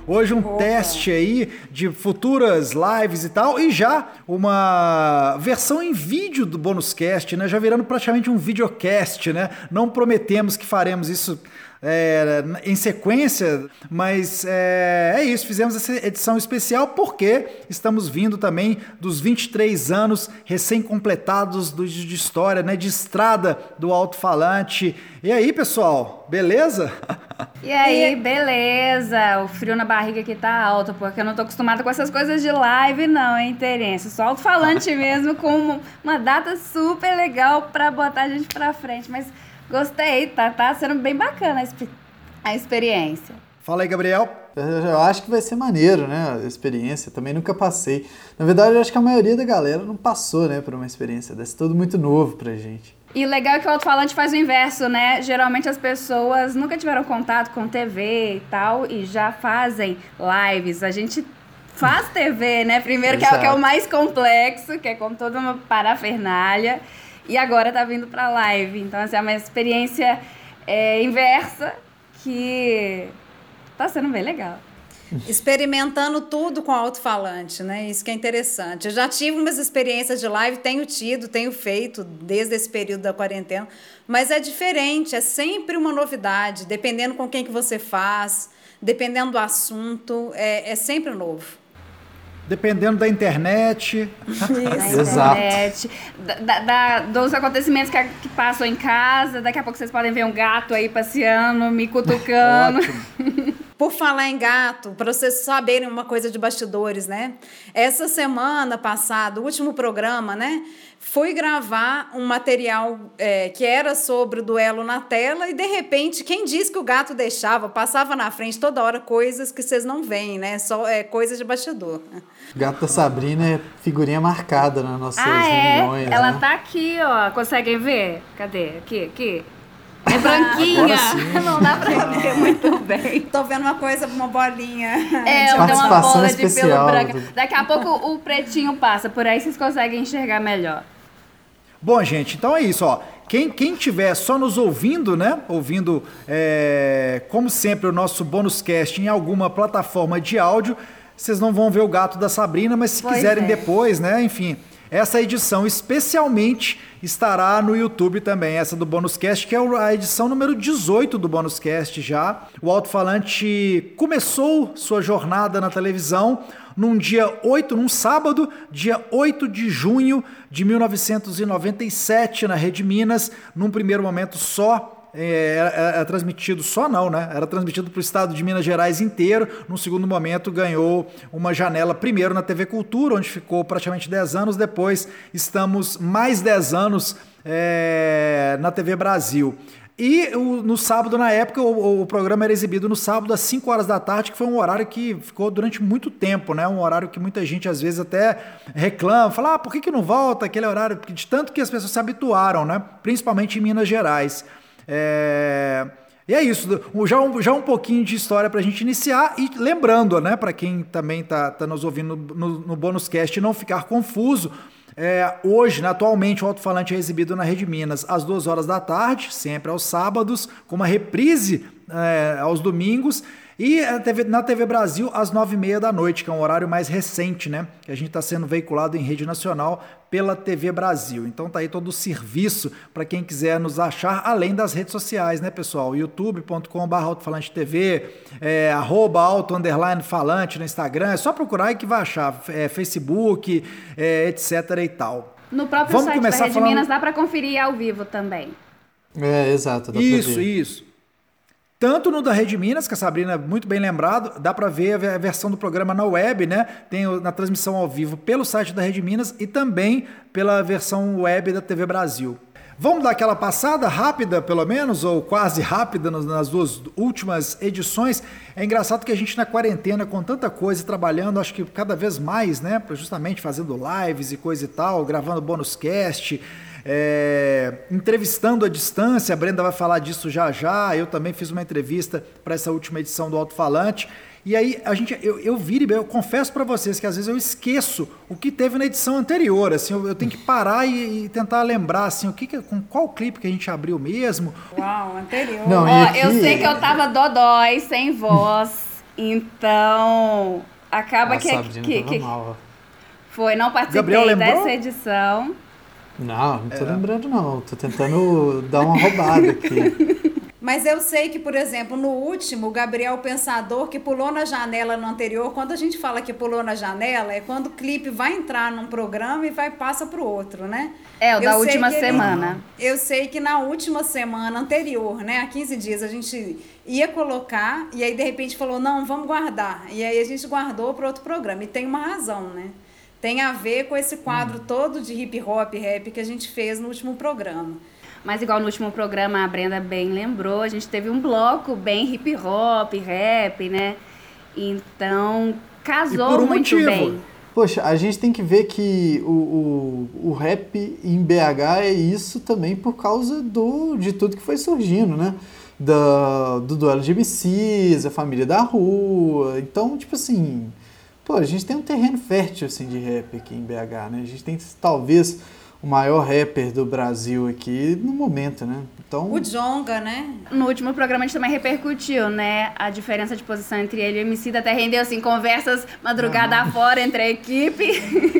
Hoje um teste aí de futuras lives e tal, e já uma versão em vídeo do Bônus Cast, né? Já virando praticamente um videocast, né? Não prometemos que faremos isso em sequência, mas é isso, fizemos essa edição especial porque estamos vindo também dos 23 anos recém-completados de história, né, de estrada do alto-falante. E aí, pessoal, beleza? E aí, beleza? O frio na barriga aqui tá alto, porque eu não tô acostumada com essas coisas de live não, hein, Terence? Só alto-falante mesmo, com uma data super legal pra botar a gente pra frente, mas gostei, tá sendo bem bacana a experiência. Fala aí, Gabriel. Eu acho que vai ser maneiro, né, a experiência. Também nunca passei. Na verdade, eu acho que a maioria da galera não passou, né, por uma experiência dessa. Tudo muito novo pra gente. E o legal é que o alto-falante faz o inverso, né? Geralmente as pessoas nunca tiveram contato com TV e tal, e já fazem lives. A gente faz TV, né? Primeiro, que é o mais complexo, que é com toda uma parafernália. E agora tá vindo pra live. Então, assim, é uma experiência inversa que tá sendo bem legal. Experimentando tudo com alto-falante, né? Isso que é interessante. Eu já tive umas experiências de live, tenho feito desde esse período da quarentena, mas é diferente, é sempre uma novidade, dependendo com quem que você faz, dependendo do assunto, é sempre novo. Dependendo da internet. Isso. Exato. Dos acontecimentos que passam em casa. Daqui a pouco vocês podem ver um gato aí passeando, me cutucando. Por falar em gato, para vocês saberem uma coisa de bastidores, né? Essa semana passada, o último programa, né? Fui gravar um material que era sobre o duelo na tela e, de repente, quem disse que o gato passava na frente toda hora coisas que vocês não veem, né? Só coisas de bastidor. O gato da Sabrina é figurinha marcada nas nossas reuniões. Ela né? tá aqui, ó. Conseguem ver? Cadê? Aqui. É branquinha. Não dá pra ver muito bem. Tô vendo uma bolinha. Uma bola de pelo branco. Daqui a pouco o pretinho passa. Por aí vocês conseguem enxergar melhor. Bom, gente, então é isso, ó. Quem tiver só nos ouvindo, né? Ouvindo, como sempre, o nosso Bônus Cast em alguma plataforma de áudio, vocês não vão ver o gato da Sabrina, mas se quiserem depois, né? Enfim, essa edição especialmente estará no YouTube também, essa do Bônus Cast, que é a edição número 18 do Bônus Cast já. O alto-falante começou sua jornada na televisão num sábado, dia 8 de junho de 1997, na Rede Minas, num primeiro momento só. Era transmitido só não, né? Era transmitido para o estado de Minas Gerais inteiro. No segundo momento ganhou uma janela primeiro na TV Cultura, onde ficou praticamente 10 anos. Depois estamos mais 10 anos na TV Brasil. E no sábado, na época, o programa era exibido no sábado às 5 horas da tarde, que foi um horário que ficou durante muito tempo, né? Um horário que muita gente às vezes até reclama, fala, por que não volta aquele horário? De tanto que as pessoas se habituaram, né? Principalmente em Minas Gerais. E é isso, já um pouquinho de história para a gente iniciar e lembrando, né, para quem também tá nos ouvindo no Bônus Cast não ficar confuso, hoje, né, atualmente o alto-falante é exibido na Rede Minas às 2 horas da tarde, sempre aos sábados, com uma reprise aos domingos, e na TV Brasil às 9h30 da noite, que é um horário mais recente, né? Que a gente está sendo veiculado em rede nacional pela TV Brasil. Então tá aí todo o serviço para quem quiser nos achar, além das redes sociais, né, pessoal? youtube.com/alto-falante-tv, @alto_falante no Instagram, é só procurar aí que vai achar, Facebook, etc e tal. No próprio site da Rede Minas dá para conferir ao vivo também. Exato. Isso. Tanto no da Rede Minas, que a Sabrina muito bem lembrado, dá para ver a versão do programa na web, né? Tem na transmissão ao vivo pelo site da Rede Minas e também pela versão web da TV Brasil. Vamos dar aquela passada rápida, pelo menos, ou quase rápida, nas duas últimas edições. É engraçado que a gente na quarentena, com tanta coisa, trabalhando, acho que cada vez mais, né? Justamente fazendo lives e coisa e tal, gravando Bônus Cast, entrevistando à distância, a Brenda vai falar disso já, eu também fiz uma entrevista para essa última edição do Alto-Falante, e aí eu confesso para vocês que às vezes eu esqueço o que teve na edição anterior, assim, eu tenho que parar e tentar lembrar, assim, com qual clipe que a gente abriu mesmo. Uau, anterior. Eu sei que eu tava dodói, sem voz, Então, acaba A Sabrina tava mal, ó. Foi, não Gabriel participei lembrou? dessa edição. Não tô lembrando não. Tô tentando dar uma roubada aqui. Mas eu sei que, por exemplo, no último, o Gabriel Pensador, que pulou na janela no anterior, quando a gente fala que pulou na janela, é quando o clipe vai entrar num programa e passa para o outro, né? É, o da Eu sei última que semana. Eu sei que na última semana anterior, né, há 15 dias, a gente ia colocar e aí, de repente, falou, não, vamos guardar. E aí a gente guardou para outro programa. E tem uma razão, né? Tem a ver com esse quadro todo de hip hop, rap que a gente fez no último programa. Mas igual no último programa, a Brenda bem lembrou, a gente teve um bloco bem hip hop, rap, né? Então, casou por um muito motivo. bem. Poxa, a gente tem que ver que o rap em BH é isso também por causa de tudo que foi surgindo, né? Do duelo de MCs, a família da rua. Então, tipo assim, pô, a gente tem um terreno fértil assim, de rap aqui em BH, né? A gente tem talvez o maior rapper do Brasil aqui no momento, né? Então, O Djonga, né? No último programa a gente também repercutiu, né? A diferença de posição entre ele e o MC, até rendeu, assim, conversas madrugada afora entre a equipe.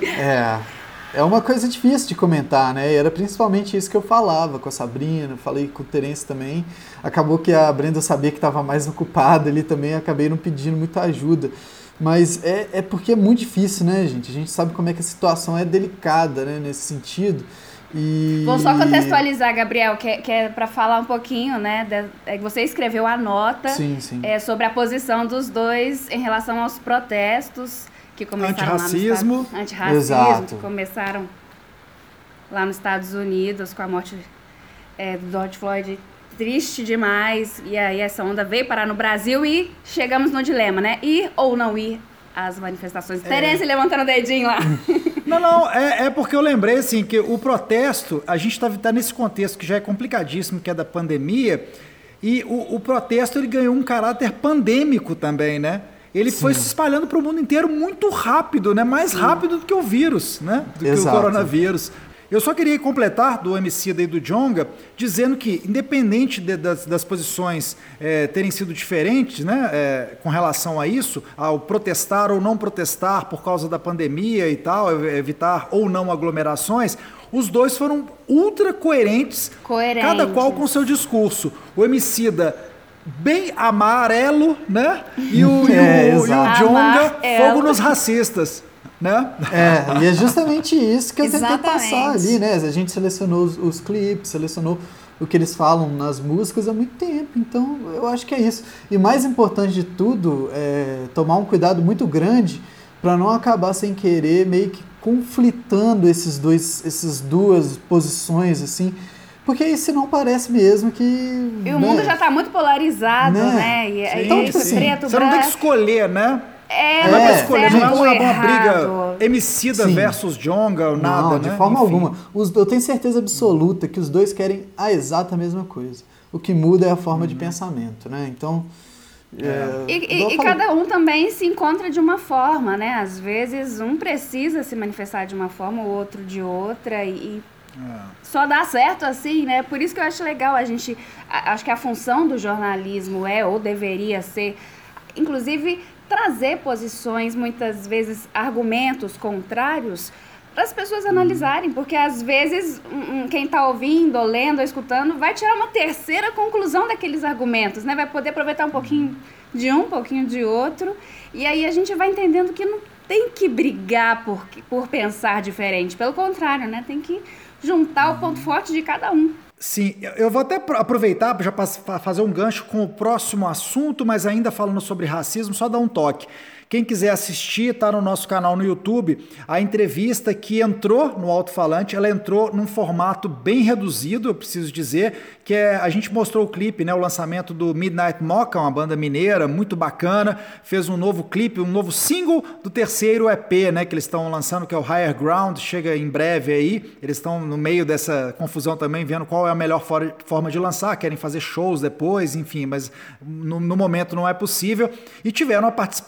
É uma coisa difícil de comentar, né? E era principalmente isso que eu falava com a Sabrina, falei com o Terence também. Acabou que a Brenda sabia que estava mais ocupada ali também, acabei não pedindo muita ajuda. Mas é porque é muito difícil, né, gente? A gente sabe como é que a situação é delicada, né, nesse sentido. E... Vou só contextualizar, Gabriel, que é para falar um pouquinho, né? Você escreveu a nota sim. Sobre a posição dos dois em relação aos protestos que começaram Antirracismo. lá no antirracismo, Exato. que começaram lá nos Estados Unidos com a morte do George Floyd. Triste demais, e aí essa onda veio parar no Brasil e chegamos no dilema, né? Ir ou não ir às manifestações. Terence levantando o dedinho lá. Não, é porque eu lembrei, assim, que o protesto, a gente tá nesse contexto que já é complicadíssimo, que é da pandemia, e o protesto, ele ganhou um caráter pandêmico também, né? Ele foi se espalhando para o mundo inteiro muito rápido, né? Mais rápido do que o vírus, né? Do que o coronavírus. Eu só queria completar do Emicida e do Djonga, dizendo que, independente das posições terem sido diferentes, né, com relação a isso, ao protestar ou não protestar por causa da pandemia e tal, evitar ou não aglomerações, os dois foram ultra coerentes, cada qual com seu discurso. O Emicida bem amarelo, né? E o Djonga, fogo nos racistas. Né? E é justamente isso que eu tentei Exatamente. passar ali, né? A gente selecionou os clipes, selecionou o que eles falam nas músicas há muito tempo, então eu acho que é isso. E mais importante de tudo é tomar um cuidado muito grande para não acabar sem querer meio que conflitando essas duas posições, assim, porque aí senão parece mesmo que... E o mundo já está muito polarizado, né? E aí, então, tipo assim, preto, você não tem que escolher, né? Não é é escolher, certo não ou é uma errado. briga Emicida versus Djonga ou nada, não, né? de forma Enfim. alguma. Eu tenho certeza absoluta que os dois querem a exata mesma coisa. O que muda é a forma de pensamento, né? Então... E cada um também se encontra de uma forma, né? Às vezes um precisa se manifestar de uma forma, o outro de outra e só dá certo assim, né? Por isso que eu acho legal acho que a função do jornalismo ou deveria ser, inclusive, trazer posições, muitas vezes argumentos contrários para as pessoas analisarem, porque às vezes quem está ouvindo, ou lendo, ou escutando, vai tirar uma terceira conclusão daqueles argumentos, né? Vai poder aproveitar um pouquinho de um pouquinho de outro, e aí a gente vai entendendo que não tem que brigar por pensar diferente, pelo contrário, né? Tem que juntar o ponto forte de cada um. Sim, eu vou até aproveitar já para fazer um gancho com o próximo assunto, mas ainda falando sobre racismo, só dar um toque. Quem quiser assistir, está no nosso canal no YouTube, a entrevista que entrou no alto-falante, ela entrou num formato bem reduzido, eu preciso dizer, que a gente mostrou o clipe, né, o lançamento do Midnight Mocha, uma banda mineira muito bacana, fez um novo clipe, um novo single do terceiro EP, né, que eles estão lançando, que é o Higher Ground, chega em breve aí, eles estão no meio dessa confusão também, vendo qual é a melhor forma de lançar, querem fazer shows depois, enfim, mas no momento não é possível, e tiveram a participação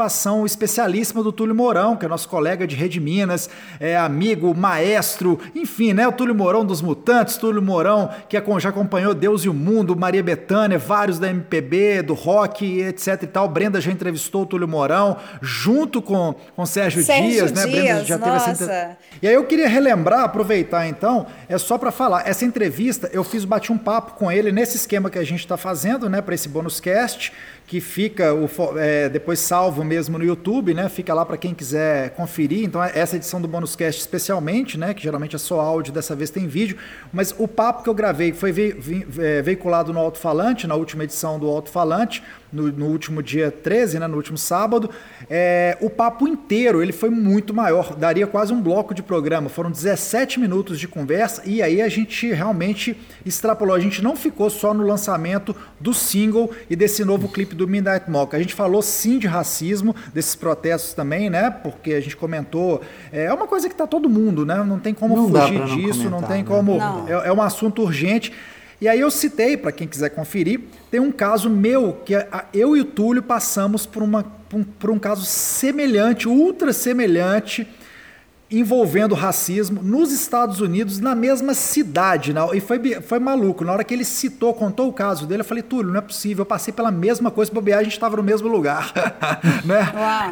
especialíssima do Túlio Mourão, que é nosso colega de Rede Minas, amigo, maestro, enfim, né? O Túlio Mourão dos Mutantes, Túlio Mourão, que já acompanhou Deus e o Mundo, Maria Bethânia, vários da MPB, do rock, etc e tal. Brenda já entrevistou o Túlio Mourão, junto com Sérgio Dias, né? Brenda já teve essa E aí eu queria relembrar, aproveitar então, só para falar, essa entrevista eu bati um papo com ele nesse esquema que a gente está fazendo, né, para esse bônus cast, que fica depois salvo mesmo no YouTube, né? Fica lá para quem quiser conferir. Então, essa edição do Bônus Cast especialmente, né? Que geralmente é só áudio, dessa vez tem vídeo. Mas o papo que eu gravei foi veiculado no Alto-Falante, na última edição do Alto-Falante, no último dia 13, né? No último sábado. O papo inteiro, ele foi muito maior, daria quase um bloco de programa. Foram 17 minutos de conversa e aí a gente realmente extrapolou. A gente não ficou só no lançamento do single e desse novo clipe do Midnight Mocha. A gente falou sim de racismo, desses protestos também, né? Porque a gente comentou, é uma coisa que tá todo mundo, né? Não tem como fugir disso, não tem como... Não. É um assunto urgente. E aí eu citei, para quem quiser conferir, tem um caso meu, que eu e o Túlio passamos por um caso semelhante, ultra semelhante, envolvendo racismo nos Estados Unidos, na mesma cidade, né? E foi maluco. Na hora que ele contou o caso dele, eu falei, Túlio, não é possível, eu passei pela mesma coisa, bobear, a gente estava no mesmo lugar. Né?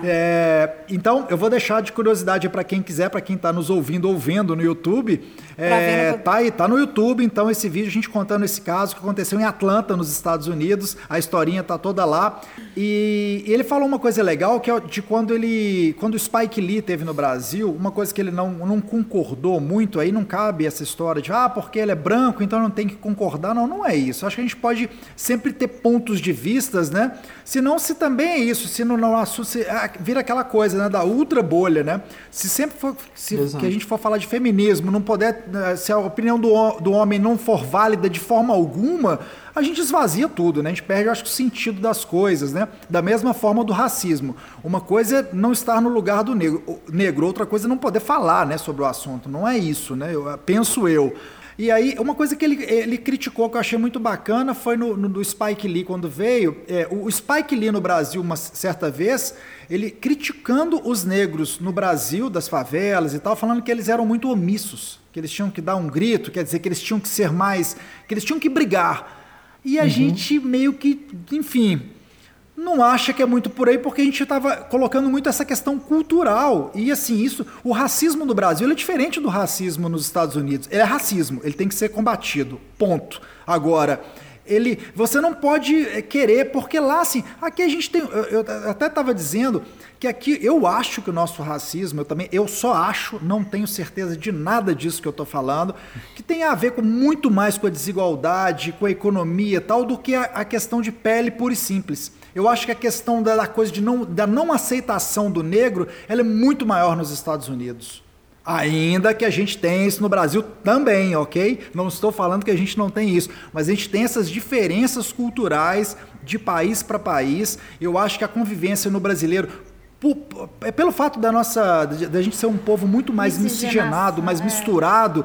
Então, eu vou deixar de curiosidade para quem quiser, para quem está nos ouvindo no YouTube, tá no YouTube, então esse vídeo, a gente contando esse caso que aconteceu em Atlanta, nos Estados Unidos, a historinha tá toda lá, e ele falou uma coisa legal, que é de quando o Spike Lee teve no Brasil, uma coisa que ele não concordou muito, aí não cabe essa história de, porque ele é branco, então não tem que concordar. Não é isso. Acho que a gente pode sempre ter pontos de vistas, né? Se também é isso, se vira aquela coisa, né, da ultra bolha, né? Se sempre for, que a gente for falar de feminismo, não puder, se a opinião do homem não for válida de forma alguma, a gente esvazia tudo, né? A gente perde, eu acho, o sentido das coisas, né? Da mesma forma do racismo. Uma coisa é não estar no lugar do negro, outra coisa é não poder falar, né, sobre o assunto. Não é isso, né? Penso eu. E aí, uma coisa que ele criticou, que eu achei muito bacana, foi no Spike Lee, quando veio. O Spike Lee no Brasil, uma certa vez, ele criticando os negros no Brasil, das favelas e tal, falando que eles eram muito omissos, que eles tinham que dar um grito, quer dizer, que eles tinham que ser mais, que eles tinham que brigar. E a gente meio que, enfim, não acha que é muito por aí, porque a gente estava colocando muito essa questão cultural. E assim, o racismo no Brasil ele é diferente do racismo nos Estados Unidos. Ele é racismo, ele tem que ser combatido, ponto. Agora, você não pode querer, porque lá, assim, aqui a gente tem... Eu até estava dizendo que aqui eu acho que o nosso racismo, eu só acho, não tenho certeza de nada disso que eu estou falando, que tem a ver com muito mais com a desigualdade, com a economia e tal, do que a questão de pele pura e simples. Eu acho que a questão da coisa da não aceitação do negro, ela é muito maior nos Estados Unidos. Ainda que a gente tenha isso no Brasil também, ok? Não estou falando que a gente não tem isso, mas a gente tem essas diferenças culturais de país para país. Eu acho que a convivência no brasileiro, pelo fato da gente ser um povo muito mais miscigenado, mais misturado,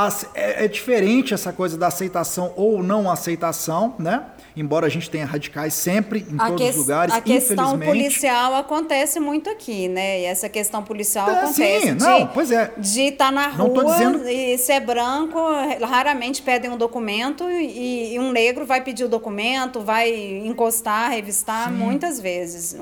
é diferente essa coisa da aceitação ou não aceitação, né? Embora a gente tenha radicais sempre, em todos os lugares, infelizmente. A questão policial acontece muito aqui, né? E essa questão policial acontece de estar na rua e ser branco, raramente pedem um documento e um negro vai pedir o documento, vai encostar, revistar muitas vezes.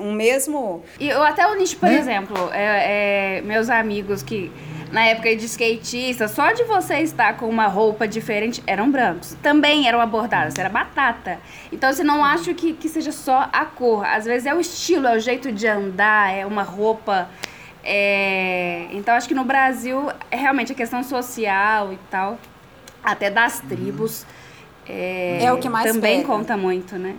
E eu até o nicho, por exemplo, meus amigos que... Na época de skatista, só de você estar com uma roupa diferente, eram brancos. Também eram abordados, era batata. Então, assim, não acho que seja só a cor. Às vezes é o estilo, é o jeito de andar, é uma roupa. Então, acho que no Brasil, realmente a questão social e tal, até das tribos, é o que mais também conta muito, né?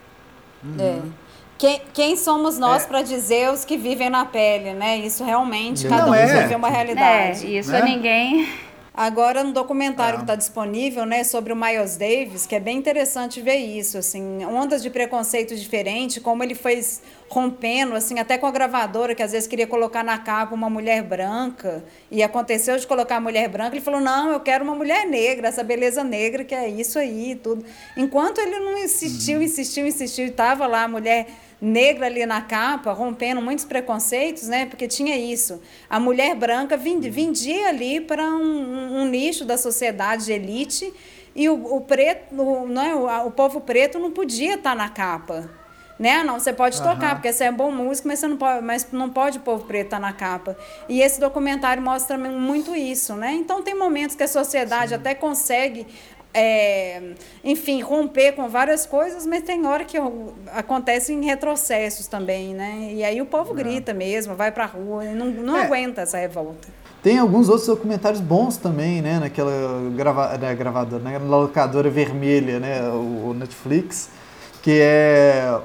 Quem somos nós para dizer os que vivem na pele, né? Isso realmente, cada um vive uma realidade. Isso ninguém... Agora, no documentário que está disponível, né, sobre o Miles Davis, que é bem interessante ver isso, assim, ondas de preconceito diferentes, como ele foi rompendo, assim, até com a gravadora, que às vezes queria colocar na capa uma mulher branca, e aconteceu de colocar a mulher branca, ele falou, não, eu quero uma mulher negra, essa beleza negra, que é isso aí, tudo. Enquanto ele não insistiu, e estava lá a mulher negra ali na capa, rompendo muitos preconceitos, né? Porque tinha isso. A mulher branca vendia ali para um nicho da sociedade de elite e o preto, o povo preto não podia estar na capa. Né? Não, você pode tocar, porque você é bom músico, mas não pode o povo preto estar na capa. E esse documentário mostra muito isso, né? Então tem momentos que a sociedade até consegue, enfim, romper com várias coisas, mas tem hora que acontecem retrocessos também, né? E aí o povo grita mesmo, vai pra rua, e não aguenta essa revolta. Tem alguns outros documentários bons também, né? Naquela gravadora, na locadora vermelha, né? O Netflix, que é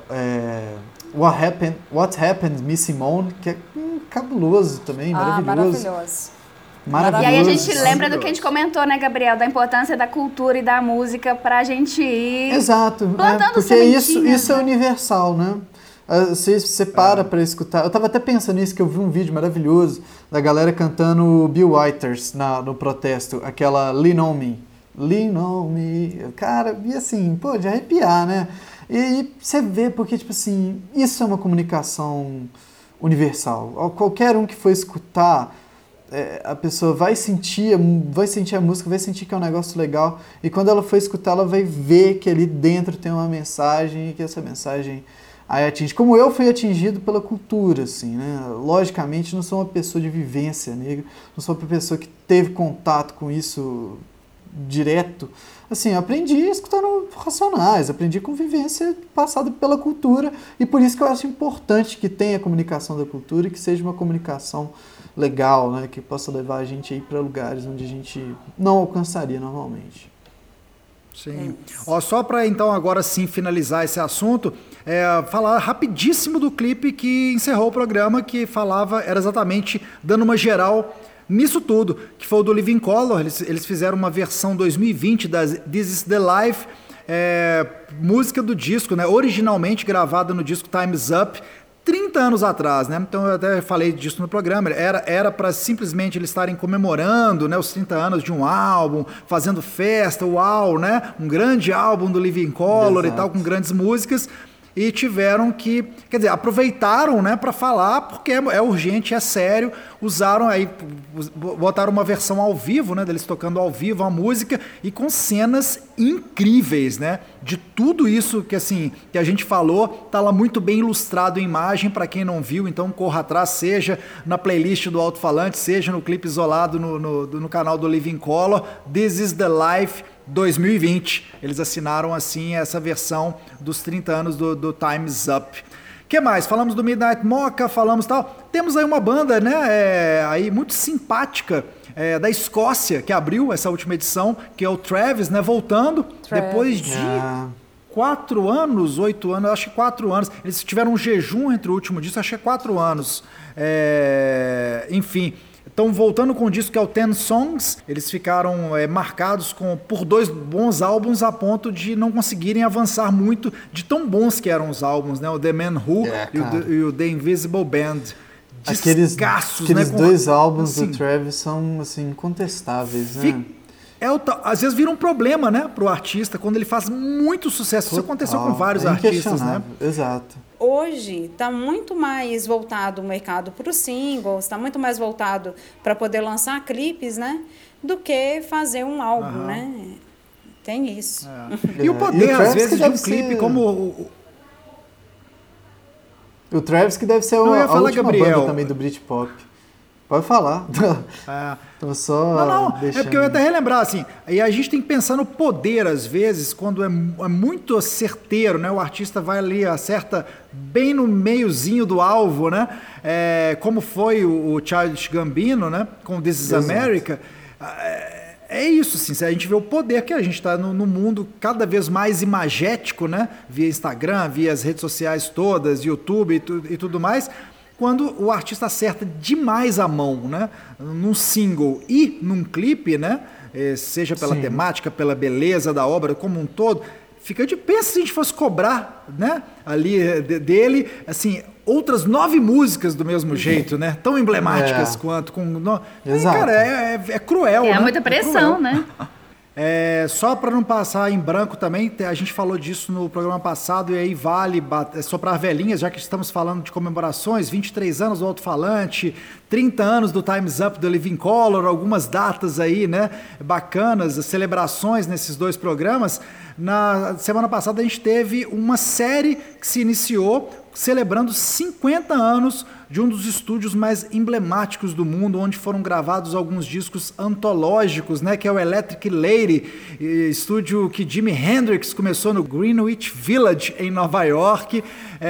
What Happened, Miss Simone, que é cabuloso também, maravilhoso. Maravilhoso. E aí a gente lembra do que a gente comentou, né, Gabriel? Da importância da cultura e da música pra gente ir plantando porque isso é universal, né? Você para escutar. Eu tava até pensando nisso, que eu vi um vídeo maravilhoso da galera cantando Bill Withers no protesto, aquela Lean On Me. Lean On Me. Cara, e assim, pô, de arrepiar, né? E você vê, porque, tipo assim, isso é uma comunicação universal. Qualquer um que for escutar, a pessoa vai sentir a música, vai sentir que é um negócio legal, e quando ela for escutar, ela vai ver que ali dentro tem uma mensagem, e que essa mensagem aí atinge. Como eu fui atingido pela cultura, assim, né? Logicamente, não sou uma pessoa de vivência negra, não sou uma pessoa que teve contato com isso direto. Assim, eu aprendi escutando Racionais, aprendi com vivência passada pela cultura, e por isso que eu acho importante que tenha a comunicação da cultura e que seja uma comunicação legal, né, que possa levar a gente aí para lugares onde a gente não alcançaria normalmente. Sim. Só para então agora sim finalizar esse assunto, falar rapidíssimo do clipe que encerrou o programa, que era exatamente dando uma geral nisso tudo, que foi o do Living Colour. Eles fizeram uma versão 2020 da This Is The Life, música do disco, né, originalmente gravada no disco Time's Up, 30 anos atrás, né? Então eu até falei disso no programa. Era para simplesmente eles estarem comemorando, né, os 30 anos de um álbum, fazendo festa, uau, né? Um grande álbum do Living Colour. Exato. E tal, com grandes músicas. E tiveram que, quer dizer, aproveitaram, né, para falar, porque é urgente, é sério. Botaram uma versão ao vivo, né, deles tocando ao vivo a música, e com cenas incríveis, né, de tudo isso que, assim, que a gente falou, tá lá muito bem ilustrado em imagem para quem não viu. Então corra atrás, seja na playlist do Alto-Falante, seja no clipe isolado no canal do Living Colour, This Is The Life 2020. Eles assinaram assim essa versão dos 30 anos do Time's Up. O que mais? Falamos do Midnight Mocha, falamos tal. Temos aí uma banda, né, aí muito simpática, da Escócia, que abriu essa última edição, que é o Travis, né, voltando depois de 4 anos, 8 anos, acho que 4 anos. Eles tiveram um jejum entre o último disco, acho que é 4 anos. Enfim, estão voltando com o disco que é o 10 Songs. Eles ficaram marcados por 2 bons álbuns, a ponto de não conseguirem avançar muito, de tão bons que eram os álbuns, né? O The Man Who e o The Invisible Band. Aqueles né? 2 álbuns assim, do Travis são assim, incontestáveis, né? Às vezes vira um problema, né, pro artista, quando ele faz muito sucesso. Isso aconteceu com vários artistas, né? Exato. Hoje está muito mais voltado o mercado para os singles, está muito mais voltado para poder lançar clipes, né, do que fazer um álbum, né? Tem isso. E o poder, às vezes, de um clipe como... O Travis, que deve ser a última banda também do Britpop. Pode falar. Tô só não. É porque eu ia até relembrar, assim, e a gente tem que pensar no poder, às vezes, quando é muito certeiro, né? O artista vai ali, acerta bem no meiozinho do alvo, né? Como foi o Childish Gambino, né? Com This Is America. É isso, assim, se a gente vê o poder que a gente está no mundo cada vez mais imagético, né? Via Instagram, via as redes sociais todas, YouTube e tudo mais. Quando o artista acerta demais a mão, né, num single e num clipe, né, seja pela temática, pela beleza da obra como um todo, fica de pé se a gente fosse cobrar, né, ali dele, assim, outras 9 músicas do mesmo jeito, né, tão emblemáticas quanto. Exato. Cara, é cruel, muita pressão, né? Só para não passar em branco também, a gente falou disso no programa passado e aí vale soprar velhinhas, já que estamos falando de comemorações, 23 anos do alto-falante, 30 anos do Time's Up do Living Color, algumas datas aí, né, bacanas, celebrações nesses dois programas. Na semana passada a gente teve uma série que se iniciou celebrando 50 anos de um dos estúdios mais emblemáticos do mundo, onde foram gravados alguns discos antológicos, né, que é o Electric Lady, estúdio que Jimi Hendrix começou no Greenwich Village, em Nova York,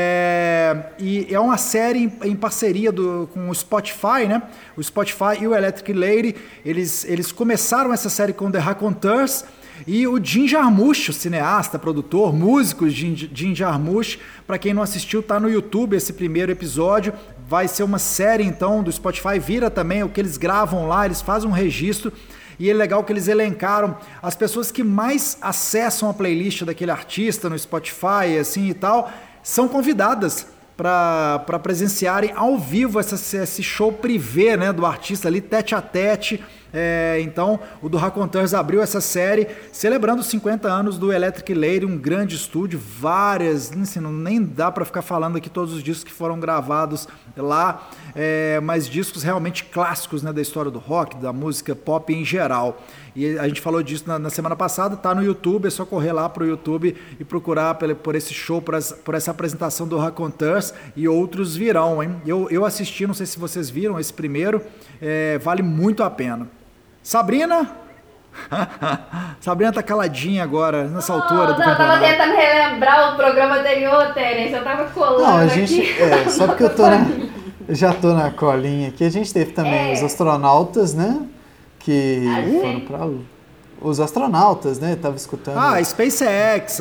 e é uma série em parceria com o Spotify, né, o Spotify e o Electric Lady, eles começaram essa série com The Raconteurs, e o Jim Jarmusch, o cineasta, produtor, músico Jim Jarmusch, para quem não assistiu, tá no YouTube esse primeiro episódio, vai ser uma série então do Spotify, vira também o que eles gravam lá, eles fazem um registro, e é legal que eles elencaram as pessoas que mais acessam a playlist daquele artista no Spotify, assim e tal, são convidadas para presenciarem ao vivo esse show privê, né, do artista ali, tete a tete. Então, o do Raconteurs abriu essa série, celebrando os 50 anos do Electric Lady, um grande estúdio, várias, assim, nem dá para ficar falando aqui todos os discos que foram gravados lá, mas discos realmente clássicos, né, da história do rock, da música pop em geral. E a gente falou disso na semana passada, tá no YouTube, é só correr lá pro YouTube e procurar por esse show, por essa apresentação do Raconteurs, e outros virão, hein? Eu assisti, não sei se vocês viram esse primeiro, vale muito a pena. Sabrina? Sabrina tá caladinha agora, nessa altura do campeonato. Eu tava tentando relembrar o programa anterior, Terence, eu tava colando não, a gente, aqui. Só porque já tô na colinha aqui, a gente teve também os astronautas, né? Que foram para os astronautas, né? Tava escutando. SpaceX,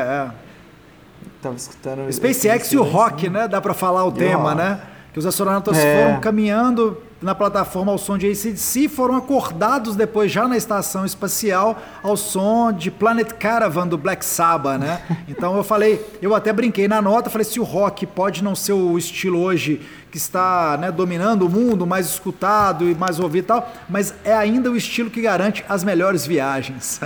Tava escutando. SpaceX e o rock, né? Dá para falar o tema, né? Que os astronautas foram caminhando na plataforma ao som de AC/DC, foram acordados depois já na estação espacial ao som de Planet Caravan do Black Sabbath, né? Então eu até brinquei na nota, falei, se o rock pode não ser o estilo hoje que está, né, dominando o mundo, mais escutado e mais ouvido e tal, mas é ainda o estilo que garante as melhores viagens.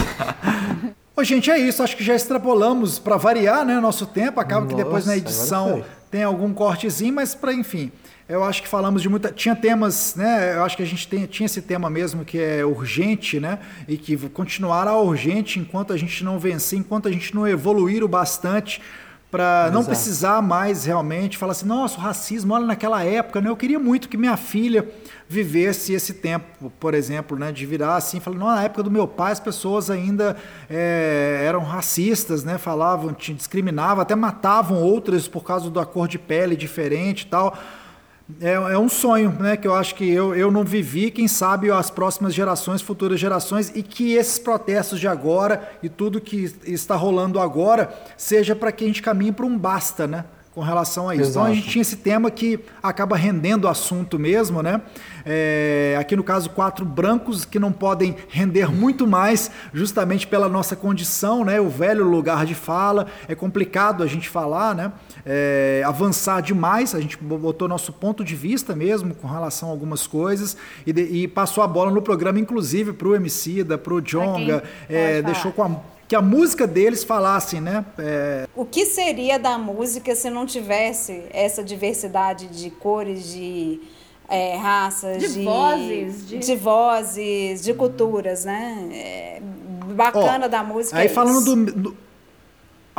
Ô, gente, é isso, acho que já extrapolamos para variar, né, nosso tempo, acaba que depois na edição tem algum cortezinho, mas enfim, eu acho que falamos de tinha temas, né, eu acho que a gente tinha esse tema mesmo que é urgente, né, e que continuará urgente enquanto a gente não vencer, enquanto a gente não evoluir o bastante para não precisar mais realmente falar assim, nossa, o racismo, olha naquela época, né, eu queria muito que minha filha vivesse esse tempo, por exemplo, né, de virar assim, falar, não, na época do meu pai as pessoas ainda eram racistas, né, falavam, discriminavam, até matavam outras por causa da cor de pele diferente e tal. É um sonho, né, que eu acho que eu não vivi, quem sabe as próximas gerações, futuras gerações, e que esses protestos de agora e tudo que está rolando agora seja para que a gente caminhe para um basta, né, com relação a isso. Exato. Então a gente tinha esse tema que acaba rendendo o assunto mesmo, né? Aqui no caso 4 brancos que não podem render muito mais justamente pela nossa condição, né? O velho lugar de fala, é complicado a gente falar, né? Avançar demais, a gente botou nosso ponto de vista mesmo com relação a algumas coisas e passou a bola no programa inclusive para o Emicida, para o Djonga, deixou que a música deles falasse, né? O que seria da música se não tivesse essa diversidade de cores, de raças, de vozes, de culturas, né? Bacana da música. Aí falando a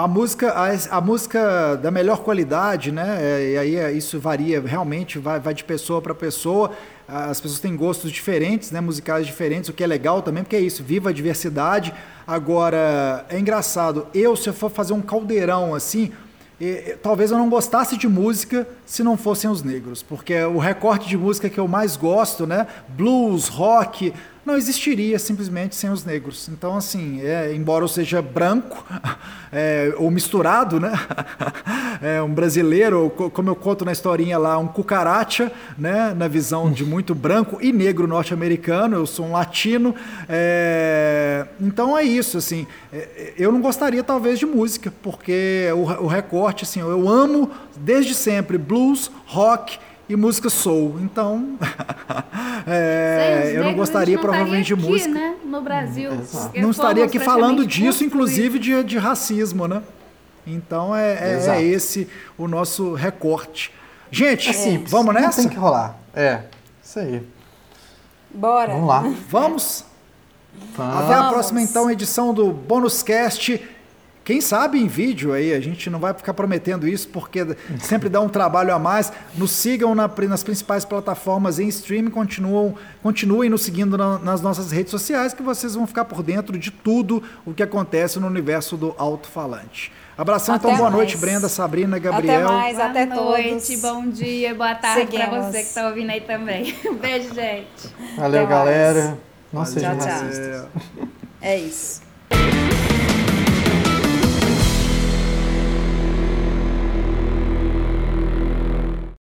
música da melhor qualidade, né? E aí isso varia, realmente vai de pessoa para pessoa. As pessoas têm gostos diferentes, né? Musicais diferentes, o que é legal também, porque é isso, viva a diversidade. Agora, é engraçado, se eu for fazer um caldeirão assim, talvez eu não gostasse de música se não fossem os negros, porque o recorte de música que eu mais gosto, né? Blues, rock, não existiria simplesmente sem os negros. Então, assim, embora eu seja branco, ou misturado, né? Um brasileiro, ou, como eu conto na historinha lá, um cucaracha, né? Na visão de muito branco e negro norte-americano, eu sou um latino. Então é isso, assim, eu não gostaria talvez de música, porque o recorte, assim, eu amo desde sempre blues, rock e música soul. Então, eu não gostaria provavelmente de música. Né? No Brasil. Não estaria aqui falando disso, inclusive de racismo, né? Então é esse o nosso recorte. Gente, vamos nessa? Tem que rolar. Isso aí. Bora. Vamos lá. Vamos? Até a próxima, então, edição do Bônus Cast. Quem sabe em vídeo aí, a gente não vai ficar prometendo isso, porque sempre dá um trabalho a mais. Nos sigam nas principais plataformas em streaming, continuem nos seguindo nas nossas redes sociais, que vocês vão ficar por dentro de tudo o que acontece no universo do alto-falante. Abração, então, boa noite, Brenda, Sabrina, Gabriel. Até mais, até todos. Boa noite, bom dia, boa tarde para você que está ouvindo aí também. Beijo, gente. Valeu, galera. Não seja tchau. racista. É isso.